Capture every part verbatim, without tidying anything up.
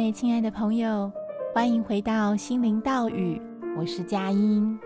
嗨，亲爱的朋友，欢迎回到心灵道语，我是佳音。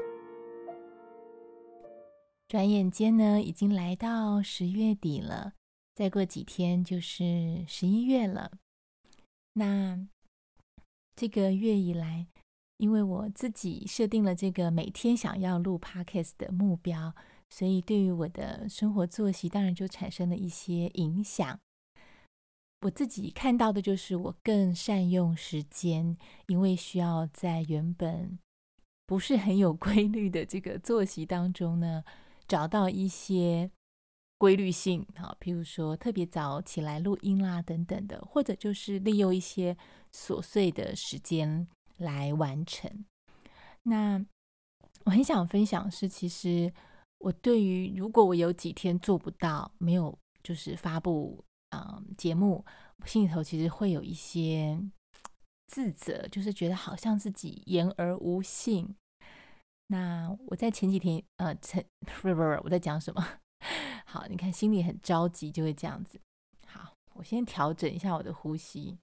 转眼间呢，已经来到十月底了，再过几天就是十一月了。那这个月以来，因为我自己设定了这个每天想要录 Podcast 的目标，所以对于我的生活作息当然就产生了一些影响。我自己看到的就是我更善用时间，因为需要在原本不是很有规律的这个作息当中呢，找到一些规律性，好，譬如说特别早起来录音啦等等的，或者就是利用一些琐碎的时间来完成。那我很想分享的是，其实我对于如果我有几天做不到，没有就是发布嗯节目，心里头其实会有一些自责，就是觉得好像自己言而无信。那我在前几天呃前不是不是我在讲什么？好，你看心里很着急就会这样子。好，我先调整一下我的呼吸。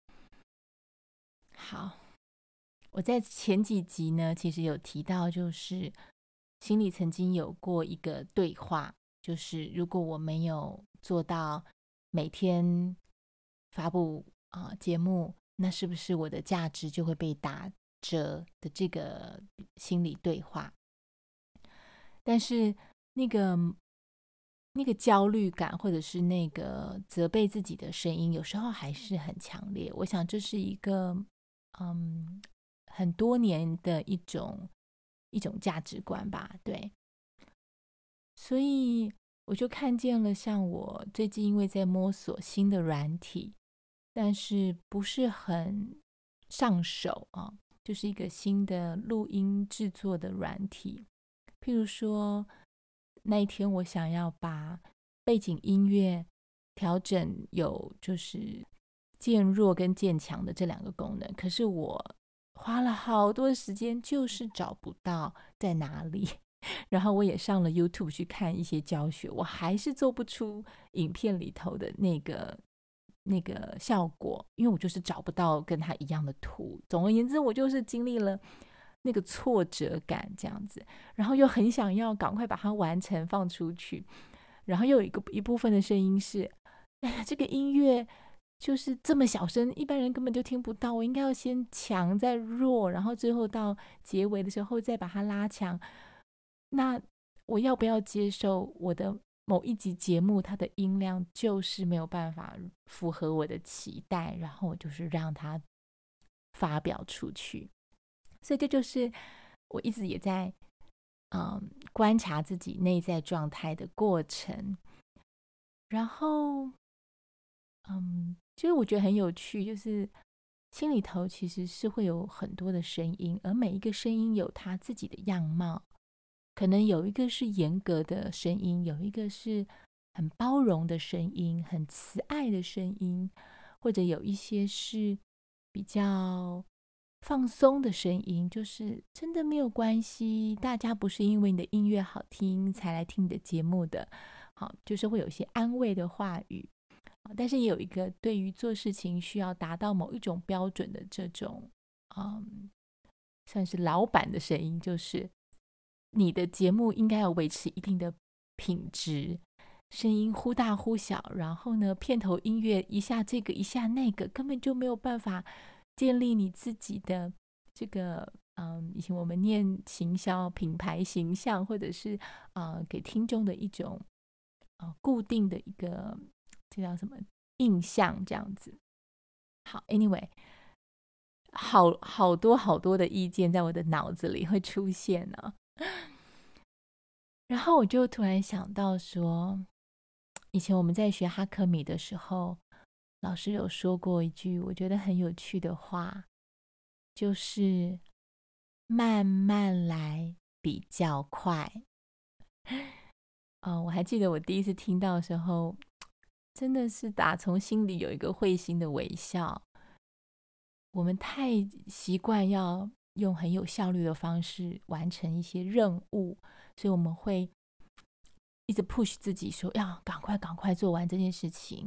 好，我在前几集呢，其实有提到，就是心里曾经有过一个对话，就是如果我没有做到每天发布啊、呃节目，那是不是我的价值就会被打折的这个心理对话？但是那个那个焦虑感，或者是那个责备自己的声音，有时候还是很强烈。我想这是一个嗯很多年的一种一种价值观吧，对。所以我就看见了，像我最近因为在摸索新的软体，但是不是很上手啊，就是一个新的录音制作的软体。譬如说那一天我想要把背景音乐调整有就是渐弱跟渐强的这两个功能，可是我花了好多时间就是找不到在哪里。然后我也上了 YouTube 去看一些教学，我还是做不出影片里头的那个那个效果，因为我就是找不到跟他一样的图。总而言之，我就是经历了那个挫折感这样子，然后又很想要赶快把它完成放出去，然后又有一个一部分的声音是，哎呀，这个音乐就是这么小声，一般人根本就听不到，我应该要先强再弱，然后最后到结尾的时候再把它拉强。那我要不要接受我的某一集节目它的音量就是没有办法符合我的期待，然后我就是让它发表出去。所以这就是我一直也在嗯观察自己内在状态的过程。然后嗯就是我觉得很有趣，就是心里头其实是会有很多的声音，而每一个声音有它自己的样貌。可能有一个是严格的声音，有一个是很包容的声音，很慈爱的声音，或者有一些是比较放松的声音，就是真的没有关系，大家不是因为你的音乐好听才来听你的节目的，好，就是会有一些安慰的话语。但是也有一个对于做事情需要达到某一种标准的这种嗯，算是老板的声音，就是你的节目应该要维持一定的品质，声音忽大忽小，然后呢，片头音乐一下这个一下那个，根本就没有办法建立你自己的这个嗯，以前我们念行销品牌形象，或者是呃给听众的一种呃固定的一个这叫什么印象这样子。好 ，anyway。好好多好多的意见在我的脑子里会出现呢、然后我就突然想到说，以前我们在学哈克米的时候，老师有说过一句我觉得很有趣的话，就是慢慢来比较快。哦，我还记得我第一次听到的时候，真的是打从心里有一个会心的微笑。我们太习惯要用很有效率的方式完成一些任务，所以我们会一直 push 自己说要赶快赶快做完这件事情，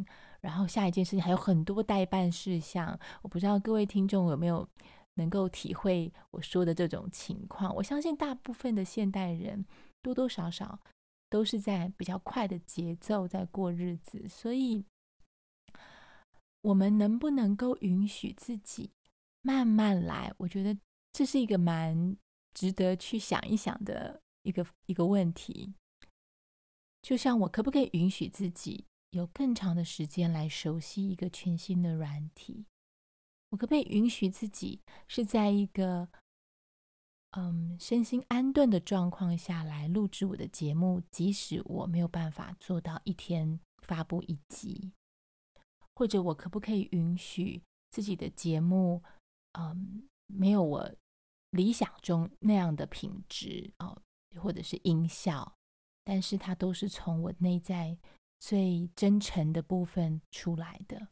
然后下一件事情还有很多待办事项。我不知道各位听众有没有能够体会我说的这种情况。我相信大部分的现代人多多少少都是在比较快的节奏在过日子，所以我们能不能够允许自己慢慢来，我觉得这是一个蛮值得去想一想的一个一个问题。就像我可不可以允许自己有更长的时间来熟悉一个全新的软体？我可不可以允许自己是在一个嗯身心安顿的状况下来录制我的节目，即使我没有办法做到一天发布一集？或者我可不可以允许自己的节目嗯没有我理想中那样的品质、哦、或者是音效，但是它都是从我内在最真诚的部分出来的。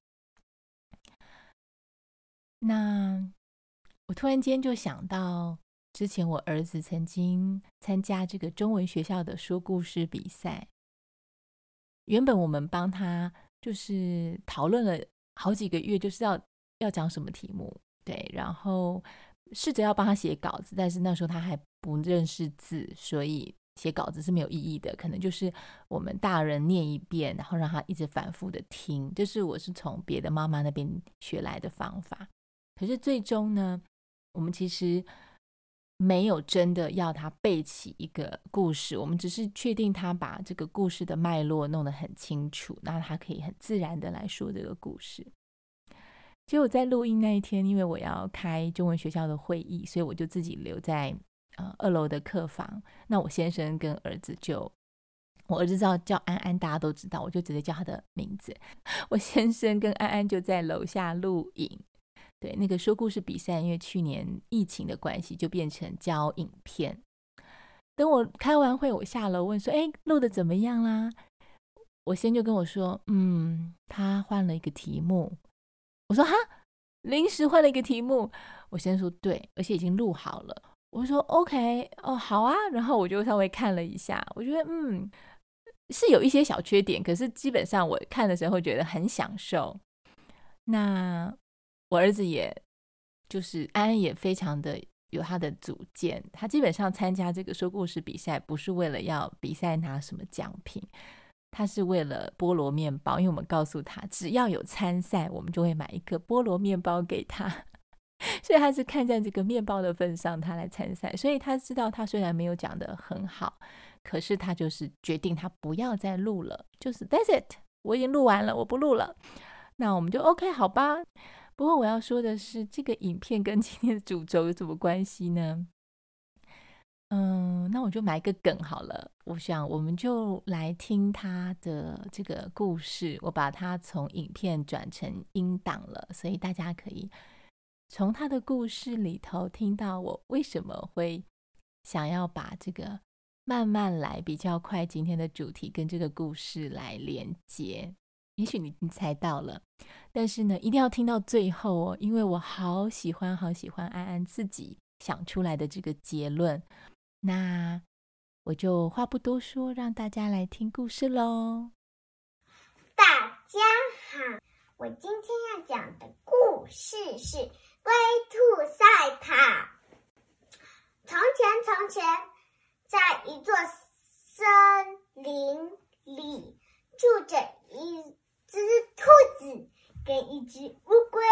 那我突然间就想到，之前我儿子曾经参加这个中文学校的说故事比赛，原本我们帮他就是讨论了好几个月，就是要要讲什么题目，对，然后试着要帮他写稿子，但是那时候他还不认识字，所以写稿子是没有意义的，可能就是我们大人念一遍，然后让他一直反复的听，这是我是从别的妈妈那边学来的方法。可是最终呢，我们其实没有真的要他背起一个故事，我们只是确定他把这个故事的脉络弄得很清楚，那他可以很自然的来说这个故事。结果在录音那一天，因为我要开中文学校的会议，所以我就自己留在、呃、二楼的客房。那我先生跟儿子就，我儿子知道叫安安，大家都知道，我就直接叫他的名字。我先生跟安安就在楼下录影。对，那个说故事比赛，因为去年疫情的关系，就变成教影片。等我开完会，我下楼问说：“哎，录的怎么样啦？”我先就跟我说：“嗯，他换了一个题目。”我说：“哈，临时换了一个题目？”我先说：“对，而且已经录好了。”我说 ：“OK， 哦，好啊。”然后我就稍微看了一下，我觉得嗯是有一些小缺点，可是基本上我看的时候觉得很享受。那我儿子也就是安安也非常的有他的主见，他基本上参加这个说故事比赛不是为了要比赛拿什么奖品，他是为了菠萝面包，因为我们告诉他只要有参赛我们就会买一个菠萝面包给他，所以他是看在这个面包的份上他来参赛，所以他知道他虽然没有讲得很好，可是他就是决定他不要再录了，就是 that's it， 我已经录完了，我不录了。那我们就 OK 好吧。不过我要说的是，这个影片跟今天的主轴有什么关系呢？嗯，那我就埋个梗好了。我想我们就来听他的这个故事，我把它从影片转成音档了，所以大家可以从他的故事里头听到我为什么会想要把这个慢慢来比较快今天的主题跟这个故事来连接。也许你已经猜到了，但是呢一定要听到最后哦，因为我好喜欢好喜欢安安自己想出来的这个结论。那我就话不多说，让大家来听故事咯。 大家好，我今天要讲的故事是龟兔赛跑。从前从前，在一座森林里住着一只兔子跟一只乌龟。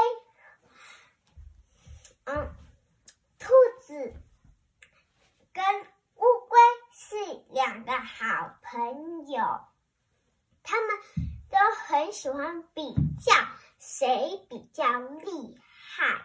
嗯，兔子跟乌龟是两个好朋友，他们都很喜欢比较谁比较厉害，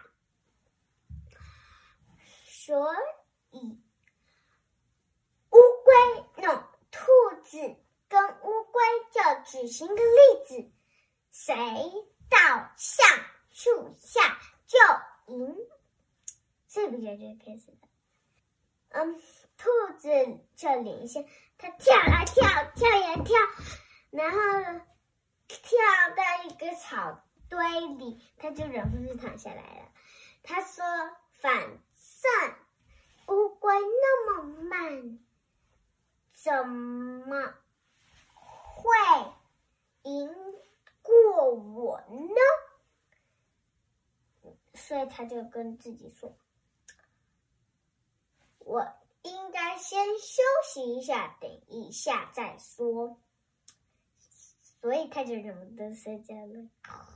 所以乌龟 no 兔子跟乌龟就举行个例子，谁到橡树下就赢。这个就开始了。嗯，兔子就领先，它跳来跳，跳呀跳，然后跳到一个草堆里，它就忍不住躺下来了。他说：“反正乌龟那么慢，怎么会赢过所以他就跟自己说：“我应该先休息一下，等一下再说。”所以他就这么的睡觉了。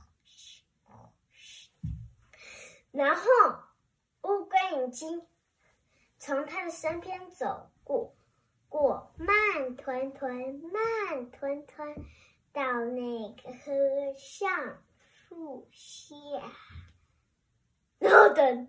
然后乌龟已经从他的身边走过，过慢吞吞、慢吞吞到那个和尚树下。然后等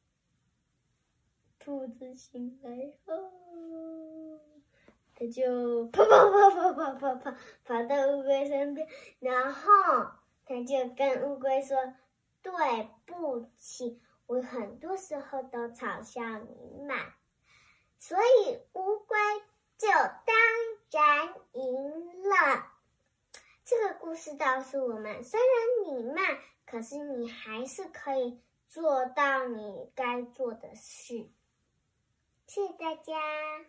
兔子醒来后，他就跑跑跑跑跑跑跑跑到乌龟身边，然后他就跟乌龟说：“对不起，我很多时候都嘲笑你慢，所以乌龟就当然赢了。”这个故事告诉我们，虽然你慢，可是你还是可以做到你该做的事。谢谢大家。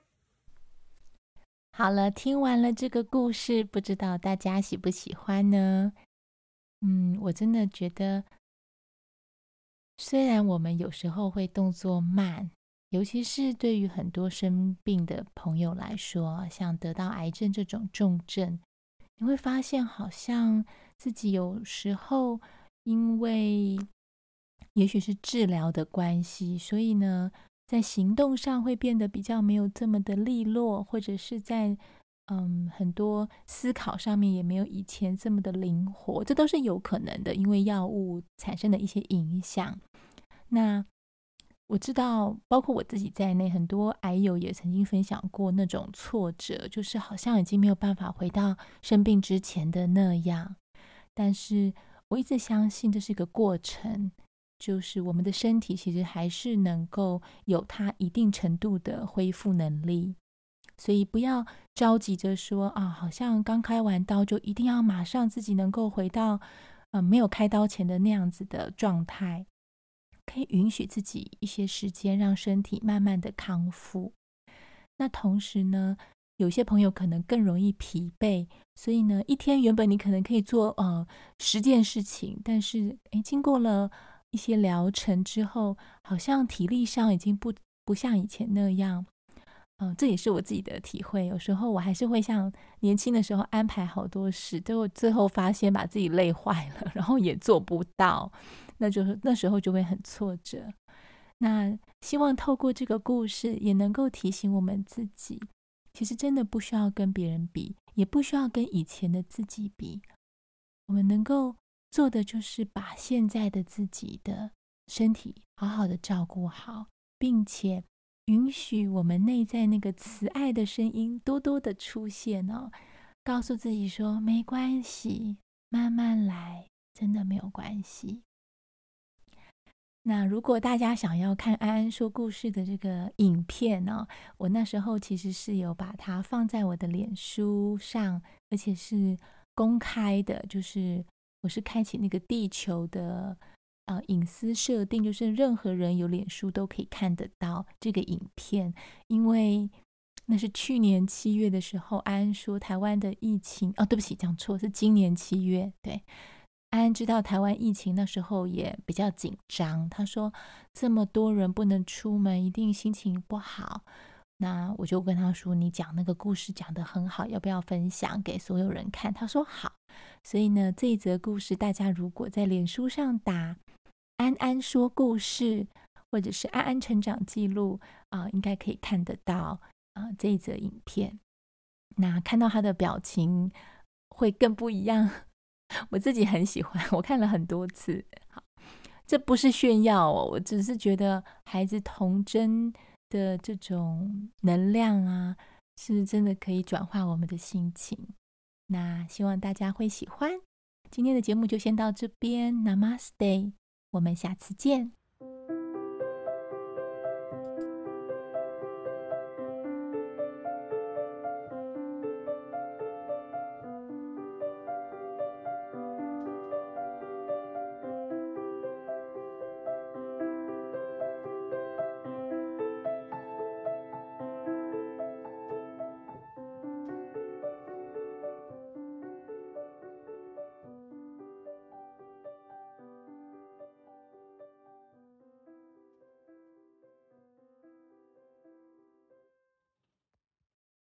好了，听完了这个故事，不知道大家喜不喜欢呢？嗯，我真的觉得，虽然我们有时候会动作慢，尤其是对于很多生病的朋友来说，像得到癌症这种重症，你会发现好像自己有时候因为也许是治疗的关系，所以呢，在行动上会变得比较没有这么的利落，或者是在嗯很多思考上面也没有以前这么的灵活，这都是有可能的，因为药物产生的一些影响。那我知道，包括我自己在内，很多癌友也曾经分享过那种挫折，就是好像已经没有办法回到生病之前的那样。但是我一直相信这是一个过程，就是我们的身体其实还是能够有它一定程度的恢复能力，所以不要着急着说啊，好像刚开完刀就一定要马上自己能够回到呃没有开刀前的那样子的状态。可以允许自己一些时间，让身体慢慢的康复。那同时呢，有些朋友可能更容易疲惫，所以呢，一天原本你可能可以做呃十件事情，但是诶经过了一些疗程之后，好像体力上已经不不像以前那样。呃，这也是我自己的体会。有时候我还是会像年轻的时候安排好多事，最后最后发现把自己累坏了，然后也做不到。那就是那时候就会很挫折。那希望透过这个故事也能够提醒我们自己，其实真的不需要跟别人比，也不需要跟以前的自己比。我们能够做的就是把现在的自己的身体好好的照顾好，并且允许我们内在那个慈爱的声音多多的出现哦，告诉自己说没关系，慢慢来，真的没有关系。那如果大家想要看安安说故事的这个影片呢、哦，我那时候其实是有把它放在我的脸书上，而且是公开的，就是我是开启那个地球的呃隐私设定，就是任何人有脸书都可以看得到这个影片，因为那是去年七月的时候，安安说台湾的疫情，哦，对不起，讲错，是今年七月，对。安安知道台湾疫情那时候也比较紧张，他说这么多人不能出门，一定心情不好。那我就跟他说，你讲那个故事讲得很好，要不要分享给所有人看？他说好。所以呢，这一则故事大家如果在脸书上打安安说故事，或者是安安成长记录啊、呃，应该可以看得到啊、呃、这一则影片。那看到他的表情会更不一样。我自己很喜欢，我看了很多次。好，这不是炫耀哦，我只是觉得孩子童真的这种能量啊，是真的可以转化我们的心情。那希望大家会喜欢。今天的节目就先到这边 ，Namaste， 我们下次见。